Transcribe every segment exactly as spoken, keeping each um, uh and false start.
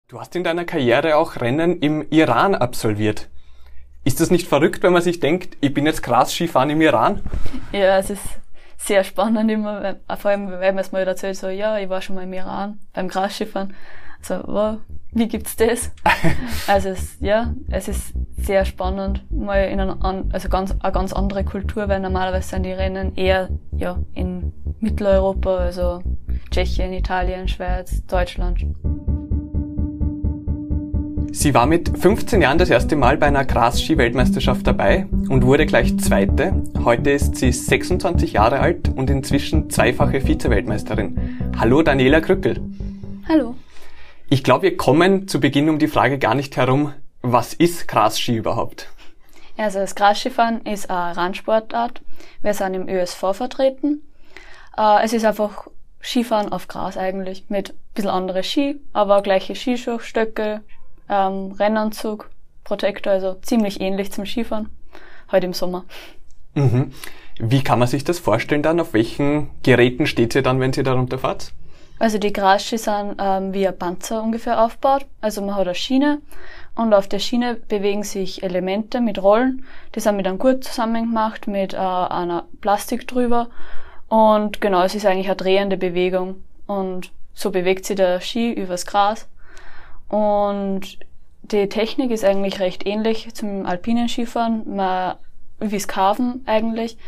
Du hast in deiner Karriere auch Rennen im Iran absolviert. Ist das nicht verrückt, wenn man sich denkt, ich bin jetzt Gras-Skifahren im Iran? Ja, es ist sehr spannend immer, vor allem, weil man es mal erzählt, so, ja, ich war schon mal im Iran beim Gras-Skifahren. So, wow, wie gibt's das? Also, es, ja, es ist sehr spannend, mal in einer, also ganz, eine ganz andere Kultur, weil normalerweise sind die Rennen eher, ja, in Mitteleuropa, also Tschechien, Italien, Schweiz, Deutschland. Sie war mit fünfzehn Jahren das erste Mal bei einer Gras-Ski-Weltmeisterschaft dabei und wurde gleich Zweite. Heute ist sie sechsundzwanzig Jahre alt und inzwischen zweifache Vize-Weltmeisterin. Hallo Daniela Krückel. Hallo. Ich glaube, wir kommen zu Beginn um die Frage gar nicht herum, was ist Gras-Ski überhaupt? Also das Gras-Skifahren ist eine Randsportart. Wir sind im Ö S V vertreten. Es ist einfach Skifahren auf Gras eigentlich, mit ein bisschen andere Ski, aber gleiche Skischuhe, Stöcke, ähm, Rennanzug, Protektor, also ziemlich ähnlich zum Skifahren, heute im Sommer. Mhm. Wie kann man sich das vorstellen dann? Auf welchen Geräten steht ihr dann, wenn ihr darunter fahrt? Also die Gras-Ski sind ähm, wie ein Panzer ungefähr aufgebaut. Also man hat eine Schiene und auf der Schiene bewegen sich Elemente mit Rollen. Die sind mit einem Gurt zusammengemacht, mit äh, einer Plastik drüber. Und genau, es ist eigentlich eine drehende Bewegung. Und so bewegt sich der Ski übers Gras. Und die Technik ist eigentlich recht ähnlich zum alpinen Skifahren. Man, wie Skarven eigentlich.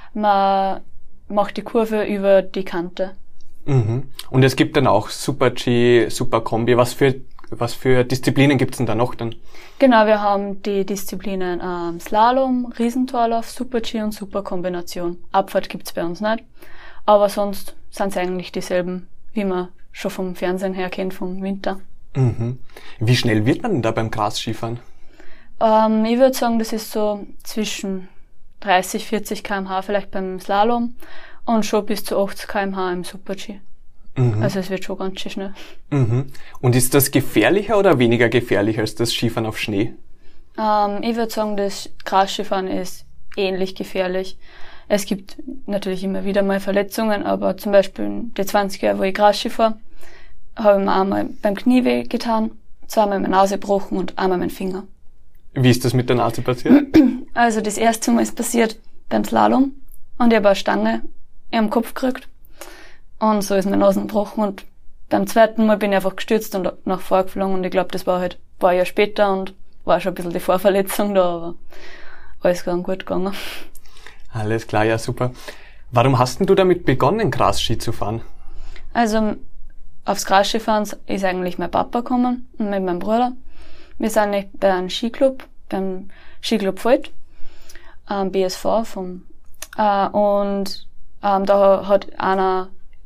Man macht die Kurve über die Kante. Mhm. Und es gibt dann auch Super-G, Super-Kombi. Was für, was für Disziplinen gibt's denn da noch dann? Genau, wir haben die Disziplinen ähm, Slalom, Riesentorlauf, Super-G und Super-Kombination. Abfahrt gibt's bei uns nicht. Aber sonst sind es eigentlich dieselben, wie man schon vom Fernsehen her kennt, vom Winter. Mhm. Wie schnell wird man denn da beim Gras-Skifahren? Ähm, ich würde sagen, das ist so zwischen dreißig, vierzig Kilometer pro Stunde vielleicht beim Slalom und schon bis zu achtzig Kilometer pro Stunde im Super-G. Mhm. Also es wird schon ganz schön schnell. Mhm. Und ist das gefährlicher oder weniger gefährlich als das Skifahren auf Schnee? Ähm, ich würde sagen, das Gras-Skifahren ist ähnlich gefährlich. Es gibt natürlich immer wieder mal Verletzungen, aber zum Beispiel in den zwanzig Jahren, wo ich Gras-Ski fahre, habe ich mir einmal beim Knie weh getan, zweimal meine Nase gebrochen und einmal meinen Finger. Wie ist das mit der Nase passiert? Also das erste Mal ist passiert beim Slalom und ich habe eine Stange im Kopf gekriegt und so ist meine Nase gebrochen und beim zweiten Mal bin ich einfach gestürzt und nach vorne geflogen und ich glaube, das war halt ein paar Jahre später und war schon ein bisschen die Vorverletzung da, aber alles ganz gut gegangen. Alles klar, ja super. Warum hast denn du damit begonnen, Gras-Ski zu fahren? Also aufs Gras-Skifahren ist eigentlich mein Papa gekommen und mit meinem Bruder. Wir sind nicht bei einem Skiclub, beim Skiclub Volt, ähm, B S V vom, äh, und ähm, da hat einer,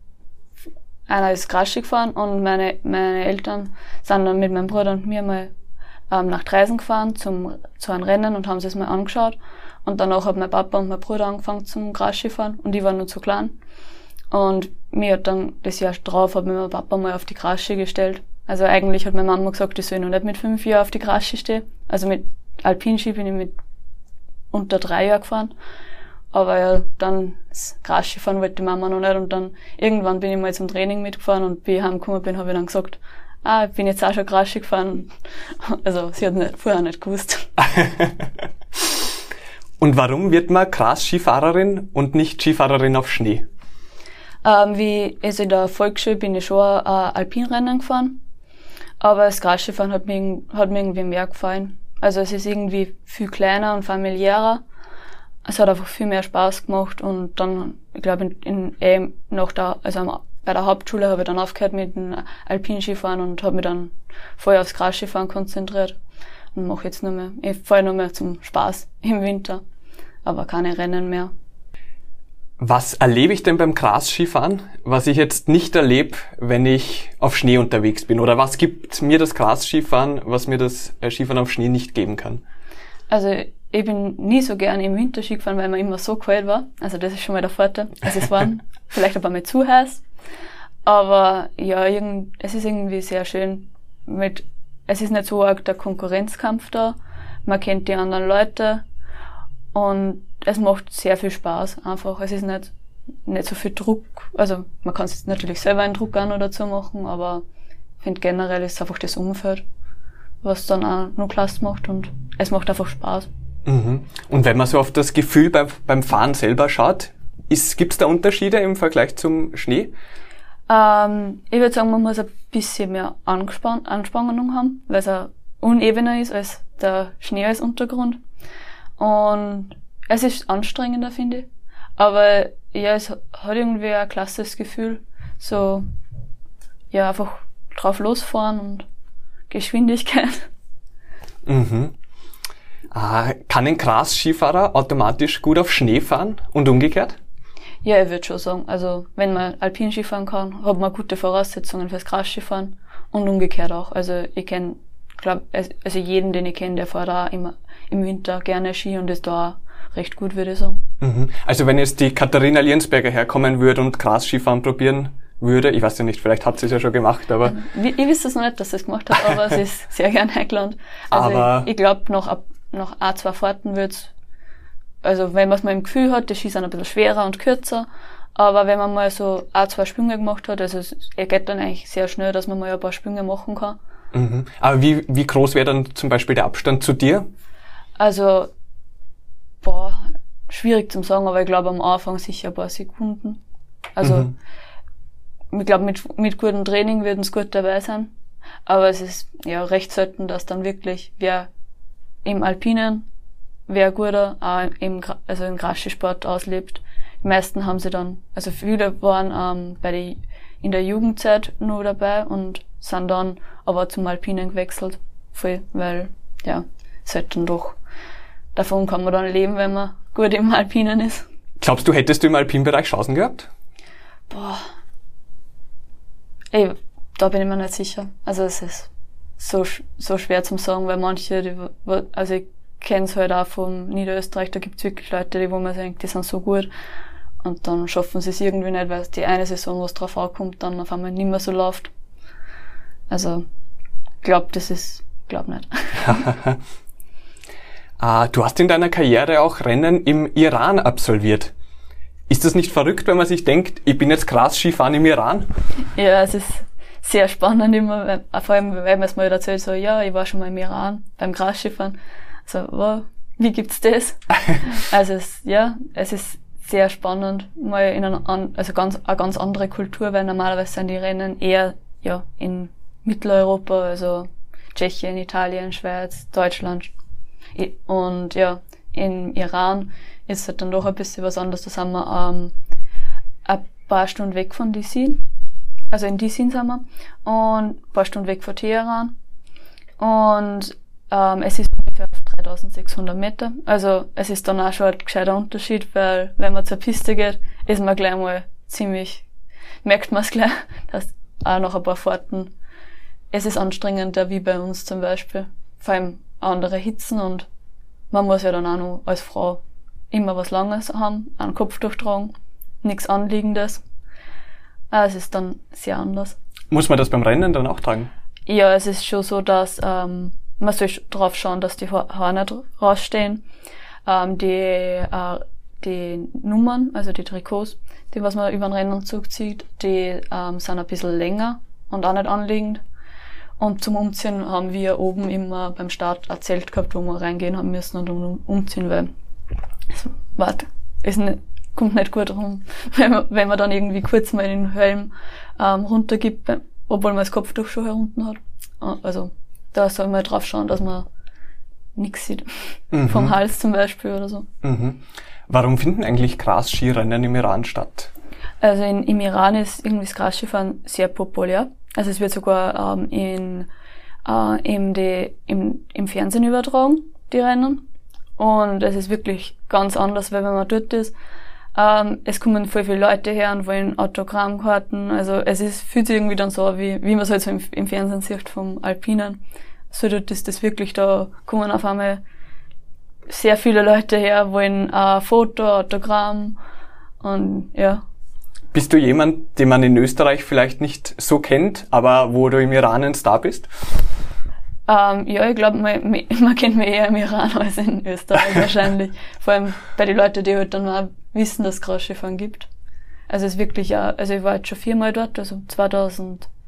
einer ist Gras-Ski gefahren und meine, meine Eltern sind dann mit meinem Bruder und mir mal ähm, nach Dreisen gefahren zum, zu einem Rennen und haben sich das mal angeschaut. Und danach hat mein Papa und mein Bruder angefangen zum Gras-Skifahren und ich war nur zu klein. Und mir hat dann das Jahr drauf, hat mir mein Papa mal auf die Gras-Ski gestellt. Also eigentlich hat meine Mama gesagt, ich soll noch nicht mit fünf Jahren auf die Gras-Ski stehen. Also mit Alpinski bin ich mit unter drei Jahren gefahren. Aber ja, dann das Gras-Ski fahren wollte die Mama noch nicht. Und dann irgendwann bin ich mal zum Training mitgefahren und wie ich heimgekommen bin, habe ich dann gesagt, ah, ich bin jetzt auch schon Gras-Ski gefahren. Also sie hat nicht, vorher nicht gewusst. Und warum wird man Gras-Skifahrerin und nicht Skifahrerin auf Schnee? Ähm, wie, also in der Volksschule bin ich schon äh, Alpinrennen gefahren. Aber das Gras-Skifahren hat mir, hat mir irgendwie mehr gefallen. Also es ist irgendwie viel kleiner und familiärer. Es hat einfach viel mehr Spaß gemacht und dann, ich glaube, in, in, eh nach der, also bei der Hauptschule habe ich dann aufgehört mit dem Alpinskifahren und habe mich dann voll aufs Gras-Skifahren konzentriert. Und mache jetzt nur mehr, ich fahre nur mehr zum Spaß im Winter. Aber keine Rennen mehr. Was erlebe ich denn beim Gras-Skifahren, was ich jetzt nicht erlebe, wenn ich auf Schnee unterwegs bin? Oder was gibt mir das Gras-Skifahren, was mir das Skifahren auf Schnee nicht geben kann? Also ich bin nie so gern im Winter Ski gefahren, weil mir immer so kalt war. Also das ist schon mal der Vorteil. Also es war vielleicht ein paar Mal zu heiß. Aber ja, irgend, es ist irgendwie sehr schön. Mit, es ist nicht so arg der Konkurrenzkampf da. Man kennt die anderen Leute. Und es macht sehr viel Spaß einfach. Es ist nicht, nicht so viel Druck. Also man kann es natürlich selber einen Druck an oder dazu machen, aber finde generell ist einfach das Umfeld, was dann auch noch klasse macht und es macht einfach Spaß. Mhm. Und wenn man so auf das Gefühl beim, beim Fahren selber schaut, gibt es da Unterschiede im Vergleich zum Schnee? Ähm, ich würde sagen, man muss ein bisschen mehr Anspann- Anspannung haben, weil es auch unebener ist als der Schnee als Untergrund. Und es ist anstrengender, finde ich. Aber ja, es hat irgendwie ein klasses Gefühl. So, ja, einfach drauf losfahren und Geschwindigkeit. Mhm. Ah, kann ein Gras-Skifahrer automatisch gut auf Schnee fahren und umgekehrt? Ja, ich würde schon sagen. Also, wenn man Alpin-Ski fahren kann, hat man gute Voraussetzungen fürs Gras-Skifahren und umgekehrt auch. Also, ich kenne, glaub, also jeden, den ich kenne, der fährt auch immer im Winter gerne Ski und ist da auch recht gut, würde ich sagen. Mhm. Also, wenn jetzt die Katharina Liensberger herkommen würde und Gras-Skifahren probieren würde, ich weiß ja nicht, vielleicht hat sie es ja schon gemacht, aber... Ich, ich wüsste es noch nicht, dass sie es gemacht hat, aber sie ist sehr gern eingeladen. Also, aber ich, ich glaube, nach, ab, nach ein, zwei Fahrten wird's, also wenn man es mal im Gefühl hat, die Ski sind ein bisschen schwerer und kürzer, aber wenn man mal so ein, zwei Sprünge gemacht hat, also es er geht dann eigentlich sehr schnell, dass man mal ein paar Sprünge machen kann. Mhm. Aber wie, wie groß wäre dann zum Beispiel der Abstand zu dir? Also, boah, schwierig zum sagen, aber ich glaube am Anfang sicher ein paar Sekunden. Also, Mhm. ich glaube, mit, mit gutem Training würden es gut dabei sein. Aber es ist ja recht selten, dass dann wirklich wer im Alpinen, wer guter, auch im, Gra- also im Grasskisport auslebt. Die meisten haben sie dann, also viele waren ähm, bei der, in der Jugendzeit nur dabei und sind dann aber zum Alpinen gewechselt. Voll, weil, ja, es halt dann doch, davon kann man dann leben, wenn man gut im Alpinen ist. Glaubst du, hättest du im Alpinbereich Chancen gehabt? Boah. Ey, da bin ich mir nicht sicher. Also es ist so sch- so schwer zum sagen, weil manche, die, wo- also ich kenne es halt auch vom Niederösterreich, da gibt's wirklich Leute, die wo man denkt, die sind so gut und dann schaffen sie es irgendwie nicht, weil die eine Saison, wo es drauf ankommt, dann auf einmal nicht mehr so läuft. Also ich glaube, das ist, glaub nicht. Ah, du hast in deiner Karriere auch Rennen im Iran absolviert. Ist das nicht verrückt, wenn man sich denkt, ich bin jetzt Gras-Skifahren im Iran? Ja, es ist sehr spannend immer, weil- vor allem, wenn man es mal erzählt, so, ja, ich war schon mal im Iran beim Grasskifahren. So, wow, wie gibt's das? Also, es, ja, es ist sehr spannend, mal in einer, an- also ganz, eine ganz andere Kultur, weil normalerweise sind die Rennen eher, ja, in Mitteleuropa, also Tschechien, Italien, Schweiz, Deutschland. I- Und ja, im Iran ist halt dann doch ein bisschen was anderes. Da sind wir ähm, ein paar Stunden weg von Disin. Also in Disin sind wir. Und ein paar Stunden weg von Teheran. Und ähm, es ist ungefähr auf dreitausendsechshundert Meter. Also es ist dann auch schon ein gescheiter Unterschied, weil wenn man zur Piste geht, ist man gleich mal ziemlich, merkt man es gleich, dass auch nach ein paar Fahrten, es ist anstrengender wie bei uns zum Beispiel. Vor allem andere Hitzen und man muss ja dann auch noch als Frau immer was Langes haben, einen Kopftuch tragen, nichts Anliegendes. Ah, es ist dann sehr anders. Muss man das beim Rennen dann auch tragen? Ja, es ist schon so, dass ähm, man soll drauf schauen, dass die Haare nicht rausstehen. Ähm, die, äh, die Nummern, also die Trikots, die was man über den Rennanzug zieht, die ähm, sind ein bisschen länger und auch nicht anliegend. Und zum Umziehen haben wir oben immer beim Start ein Zelt gehabt, wo wir reingehen haben müssen und um, umziehen, weil es wart, ist nicht, kommt nicht gut rum, wenn man, wenn man dann irgendwie kurz mal den Helm ähm, runtergibt, obwohl man das Kopftuch schon herunten hat. Also da soll man drauf schauen, dass man nichts sieht. Mhm. Vom Hals zum Beispiel oder so. Mhm. Warum finden eigentlich Gras-Skirennen im Iran statt? Also in, im Iran ist irgendwie das Grasskifahren sehr populär. Also es wird sogar ähm, in, äh, im, die, im, im Fernsehen übertragen, die Rennen. Und es ist wirklich ganz anders, weil wenn man dort ist, ähm, es kommen voll viele Leute her und wollen Autogrammkarten. Also es ist, fühlt sich irgendwie dann so, wie, wie man es halt so im, im Fernsehen sieht vom Alpinen. So dort ist das wirklich, da kommen auf einmal sehr viele Leute her, wollen ein Foto, Autogramm und ja. Bist du jemand, den man in Österreich vielleicht nicht so kennt, aber wo du im Iran ein Star bist? Ähm, ja, ich glaube, man, man kennt mich eher im Iran als in Österreich wahrscheinlich. Vor allem bei den Leuten, die halt dann mal wissen, dass es Grasskifahren gibt. Also es ist wirklich, auch, also ich war jetzt schon viermal dort, also zweitausendvierzehn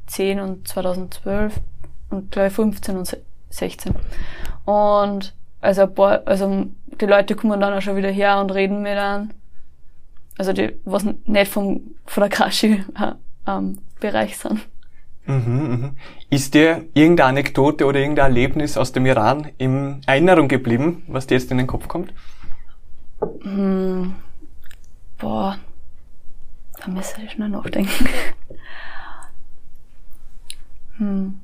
zweitausendzehn und zweitausendzwölf und glaube ich fünfzehn und sechzehn. Und also ein paar, also die Leute kommen dann auch schon wieder her und reden mit an. Also die, was nicht vom, von der Krashi-Bereich sind. Mhm, mhm. Ist dir irgendeine Anekdote oder irgendein Erlebnis aus dem Iran in Erinnerung geblieben, was dir jetzt in den Kopf kommt? Hm, boah, da müsste ich schnell nachdenken. hm.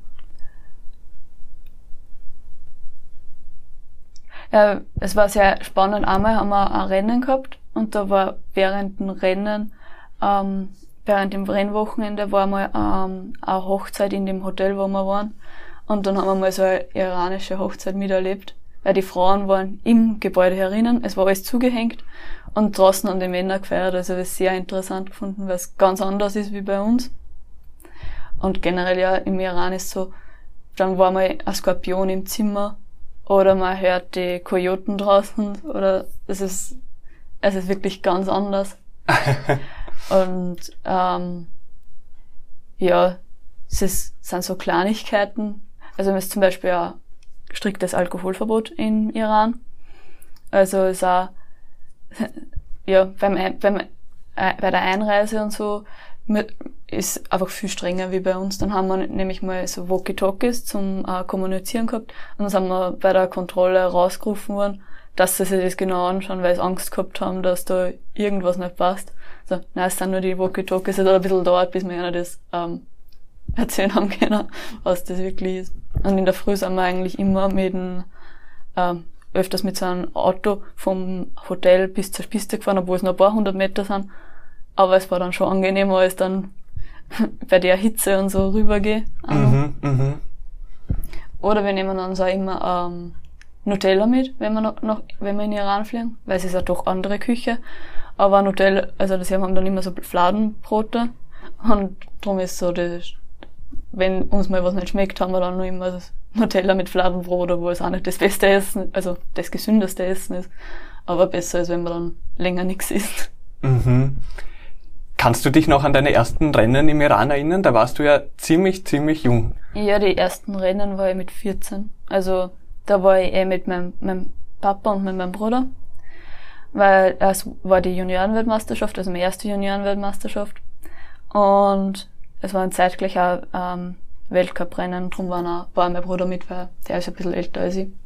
Ja, es war sehr spannend. Einmal haben wir ein Rennen gehabt und da war während dem Rennen, ähm, während dem Rennwochenende war mal ähm, eine Hochzeit in dem Hotel, wo wir waren. Und dann haben wir mal so eine iranische Hochzeit miterlebt, weil die Frauen waren im Gebäude herinnen, es war alles zugehängt und draußen haben die Männer gefeiert. Also das ist sehr interessant gefunden, weil es ganz anders ist wie bei uns. Und generell ja im Iran ist so, dann war mal ein Skorpion im Zimmer oder man hört die Kojoten draußen oder es ist, es ist wirklich ganz anders. Und ähm, ja, es ist, sind so Kleinigkeiten. Also es ist zum Beispiel ein striktes Alkoholverbot im Iran. Also es ist auch, ja, beim, beim, äh, bei der Einreise und so ist einfach viel strenger wie bei uns. Dann haben wir nämlich mal so Walkie-Talkies zum äh, Kommunizieren gehabt und dann sind wir bei der Kontrolle rausgerufen worden, dass sie sich das genau anschauen, weil sie Angst gehabt haben, dass da irgendwas nicht passt. So, nein, es sind nur die Walkie-Talkies, es hat ein bisschen dauert, bis wir ihnen das ähm, erzählen haben können, was das wirklich ist. Und in der Früh sind wir eigentlich immer mit dem, ähm, öfters mit so einem Auto vom Hotel bis zur Piste gefahren, obwohl es nur ein paar hundert Meter sind. Aber es war dann schon angenehmer, als dann bei der Hitze und so rübergehe. Mhm, mhm. Oder wir nehmen dann so immer ähm, Nutella mit, wenn wir noch, noch wenn wir in den Iran fliegen, weil es ist ja doch andere Küche. Aber Nutella, also das haben dann immer so Fladenbrote und darum ist so, das, wenn uns mal was nicht schmeckt, haben wir dann noch immer das Nutella mit Fladenbrot, obwohl es auch nicht das beste Essen, also das gesündeste Essen ist, aber besser ist, wenn man dann länger nichts isst. Mhm. Kannst du dich noch an deine ersten Rennen im Iran erinnern? Da warst du ja ziemlich, ziemlich jung. Ja, die ersten Rennen war ich mit vierzehn. Also da war ich eh mit meinem, meinem Papa und mit meinem Bruder. Weil es war die Juniorenweltmeisterschaft, also meine erste Juniorenweltmeisterschaft. Und es war zeitgleich auch ähm, Weltcuprennen, darum war, auch, war mein Bruder mit, weil der ist ein bisschen älter als ich.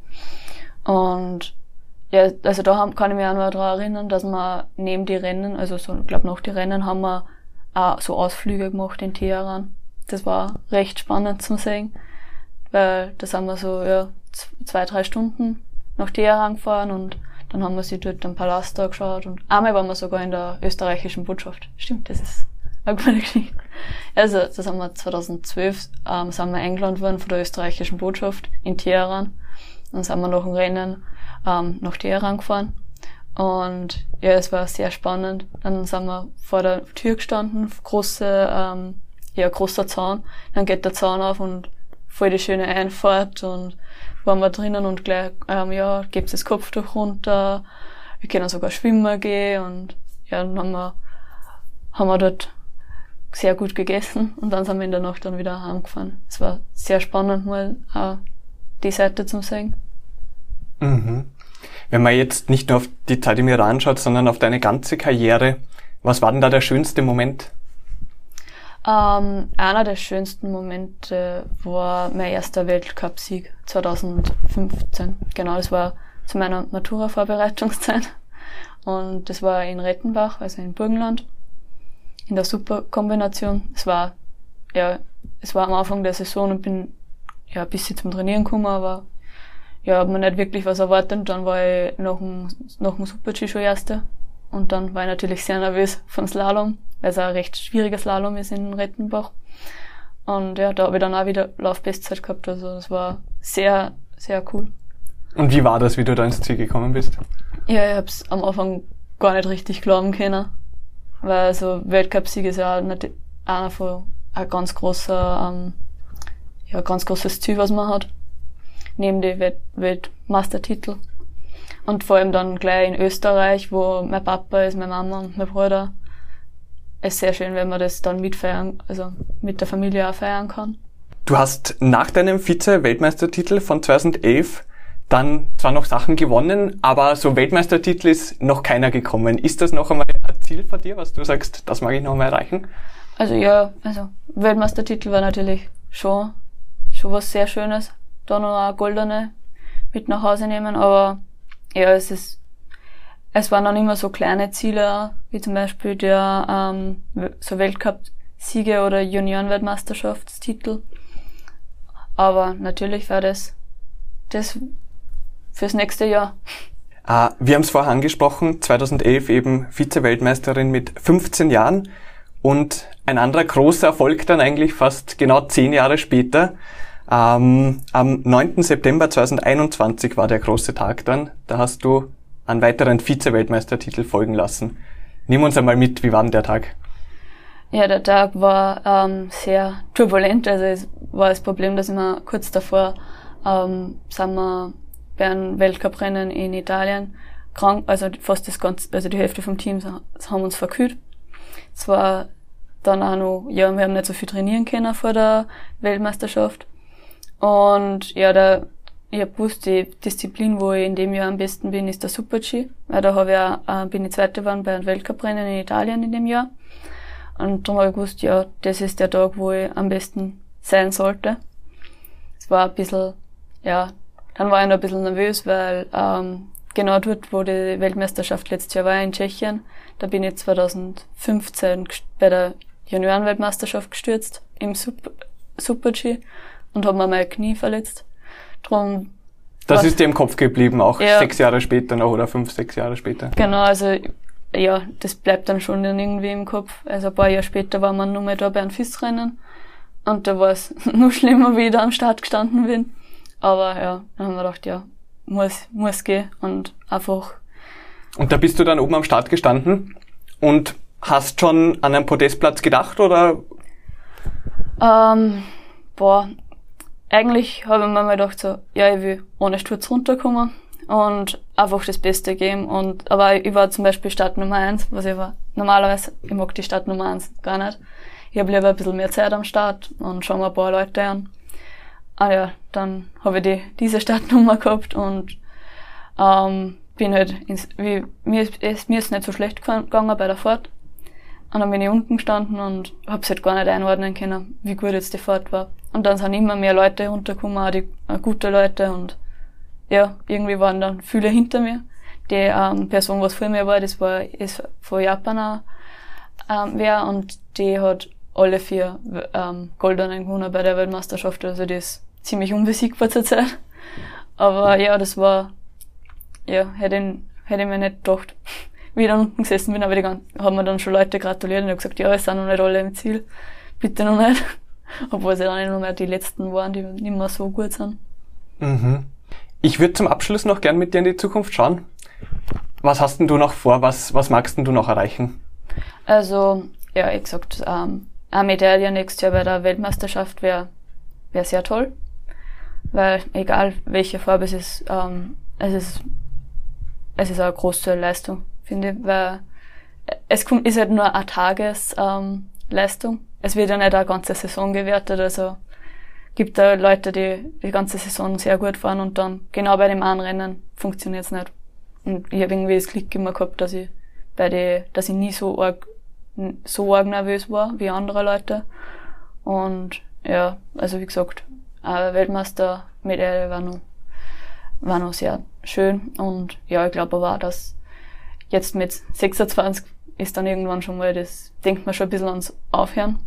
Und ja, also da haben, kann ich mich auch noch daran erinnern, dass wir neben die Rennen, also so, ich glaube nach die Rennen, haben wir auch so Ausflüge gemacht in Teheran. Das war recht spannend zum sehen, weil da sind wir so ja, zwei, drei Stunden nach Teheran gefahren und dann haben wir sich dort den Palast angeschaut und einmal waren wir sogar in der österreichischen Botschaft. Stimmt, das ist eine gute Geschichte. Also, das haben wir zweitausendzwölf, ähm, sind wir eingeladen worden von der österreichischen Botschaft in Teheran. Dann sind wir nach dem Rennen ähm, nach Teheran gefahren. Und ja, es war sehr spannend. Dann sind wir vor der Tür gestanden, große, ähm, ja, großer Zaun. Dann geht der Zaun auf und voll die schöne Einfahrt und waren wir drinnen und gleich, ähm, ja, gibt's das Kopftuch runter, wir können sogar schwimmen gehen und ja, dann haben wir, haben wir dort sehr gut gegessen und dann sind wir in der Nacht dann wieder heimgefahren. Es war sehr spannend, mal auch die Seite zu sehen. Mhm. Wenn man jetzt nicht nur auf die Zeit im Iran schaut, sondern auf deine ganze Karriere, was war denn da der schönste Moment? Ähm, einer der schönsten Momente war mein erster Weltcupsieg zweitausendfünfzehn. Genau, das war zu meiner Matura-Vorbereitungszeit. Und das war in Rettenbach, also in Burgenland, in der Superkombination. Es war, ja, es war am Anfang der Saison und bin, ja, ein bisschen zum Trainieren gekommen, aber, ja, hab mir nicht wirklich was erwartet. Und dann war ich nach dem, nach dem Super-G schon Erster. Und dann war ich natürlich sehr nervös vom Slalom, weil es ein recht schwieriger Slalom ist in Rettenbach. Und ja, da habe ich dann auch wieder Laufbestzeit gehabt. Also das war sehr, sehr cool. Und wie war das, wie du da ins Ziel gekommen bist? Ja, ich hab's am Anfang gar nicht richtig glauben können. Weil so Weltcupsieg ist ja auch nicht einer von ein ganz großer, ähm, ja, ganz großes Ziel, was man hat. Neben die Welt- Weltmeistertitel. Und vor allem dann gleich in Österreich, wo mein Papa ist, meine Mama und mein Bruder. es ist sehr schön, wenn man das dann mitfeiern, also mit der Familie auch feiern kann. Du hast nach deinem Vize-Weltmeistertitel von zweitausendelf dann zwar noch Sachen gewonnen, aber so Weltmeistertitel ist noch keiner gekommen. Ist das noch einmal ein Ziel von dir, was du sagst, das mag ich noch einmal erreichen? Also ja, also Weltmeistertitel war natürlich schon, schon was sehr Schönes. Da noch eine goldene mit nach Hause nehmen, aber ja, es ist, es waren dann immer so kleine Ziele, wie zum Beispiel der ähm, so Weltcup-Siege oder Junioren-Weltmeisterschaftstitel. Aber natürlich war das das fürs nächste Jahr. Ah, wir haben es vorher angesprochen, zweitausendelf eben Vize-Weltmeisterin mit fünfzehn Jahren und ein anderer großer Erfolg dann eigentlich fast genau zehn Jahre später. Ähm, am neunten September zweitausendeinundzwanzig war der große Tag dann. Da hast du einen weiteren Vize-Weltmeistertitel folgen lassen. Nimm uns einmal mit, wie war denn der Tag? Ja, der Tag war ähm, sehr turbulent. Also es war das Problem, dass wir kurz davor ähm, sind wir bei einem Weltcuprennen in Italien krank, also fast das ganze, also die Hälfte vom Team haben uns verkühlt. Es war dann auch noch, ja, wir haben nicht so viel trainieren können vor der Weltmeisterschaft. Und ja, da, ich hab gewusst, die Disziplin, wo ich in dem Jahr am besten bin, ist der Super-G. Weil da habe ich auch, äh, bin ich Zweite geworden bei einem Weltcuprennen in Italien in dem Jahr. Und darum habe ich gewusst, ja, das ist der Tag, wo ich am besten sein sollte. Es war ein bisschen, ja, dann war ich noch ein bisschen nervös, weil ähm, genau dort, wo die Weltmeisterschaft letztes Jahr war, in Tschechien, da bin ich zweitausendfünfzehn bei der Juniorenweltmeisterschaft gestürzt im Super, Super-G und habe mir mein Knie verletzt. Drum das ist dir im Kopf geblieben, auch ja, sechs Jahre später noch oder fünf, sechs Jahre später? Genau, also ja, das bleibt dann schon irgendwie im Kopf. Also ein paar Jahre später war man nur mal da bei einem F I S-Rennen und da war es noch schlimmer, wie ich da am Start gestanden bin. Aber ja, dann haben wir gedacht, ja, muss, muss gehen und einfach. Und da bist du dann oben am Start gestanden und hast schon an einen Podestplatz gedacht, oder? Ähm, boah, eigentlich habe ich mir mal gedacht so, ja, ich will ohne Sturz runterkommen und einfach das Beste geben. Und, aber ich war zum Beispiel Start Nummer eins, was ich war. Normalerweise, ich mag die Start Nummer eins gar nicht. Ich habe lieber ein bisschen mehr Zeit am Start und schaue mir ein paar Leute an. Ah ja, dann habe ich die, diese Startnummer gehabt und ähm, bin halt ins, wie, mir ist mir ist nicht so schlecht gegangen bei der Fahrt. Und dann bin ich unten gestanden und hab's halt gar nicht einordnen können, wie gut jetzt die Fahrt war. Und dann sind immer mehr Leute runtergekommen, auch die äh, gute Leute, und ja, irgendwie waren dann viele hinter mir. Die ähm, Person, was vor mir war, das war ist von Japan auch, ähm, wer, und die hat alle vier ähm, Goldenen gewonnen bei der Weltmeisterschaft, also die ist ziemlich unbesiegbar zur Zeit. Aber ja, das war, ja, hätte ich, hätte ich mir nicht gedacht. Wie ich dann unten gesessen bin, aber die ganzen, haben mir dann schon Leute gratuliert und ich habe gesagt, ja, es sind noch nicht alle im Ziel. Bitte noch nicht. Obwohl sie dann noch mehr die letzten waren, die nicht mehr so gut sind. Mhm. Ich würde zum Abschluss noch gern mit dir in die Zukunft schauen. Was hast denn du noch vor? Was, was magst denn du noch erreichen? Also, ja, wie gesagt, ähm, eine Medaille nächstes Jahr bei der Weltmeisterschaft wäre wär sehr toll. Weil, egal welche Farbe es ist, ähm, es ist, es ist eine große Leistung, finde ich, weil es kommt, ist halt nur eine Tagesleistung. Ähm, es wird ja nicht eine ganze Saison gewertet, also gibt da Leute, die die ganze Saison sehr gut fahren und dann genau bei dem einen Rennen funktioniert es nicht. Und ich habe irgendwie das Glück immer gehabt, dass ich bei die, dass ich nie so arg, so arg nervös war wie andere Leute. Und ja, also wie gesagt, eine Weltmeistermedaille war noch, war noch sehr schön. Und ja, ich glaube aber auch, dass jetzt mit sechsundzwanzig ist dann irgendwann schon mal, das denkt man schon ein bisschen ans Aufhören.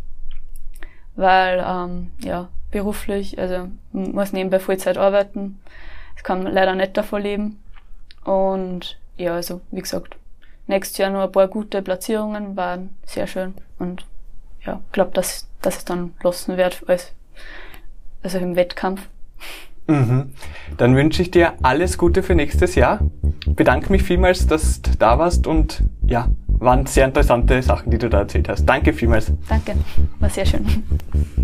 Weil, ähm, ja, beruflich, also man muss nebenbei Vollzeit arbeiten. Ich kann leider nicht davon leben. Und ja, also wie gesagt, nächstes Jahr noch ein paar gute Platzierungen waren sehr schön. Und ja, ich glaube, dass, dass es dann lassen wird, als, also im Wettkampf. Mhm. Dann wünsche ich dir alles Gute für nächstes Jahr. Bedanke mich vielmals, dass du da warst, und ja, waren sehr interessante Sachen, die du da erzählt hast. Danke vielmals. Danke, war sehr schön.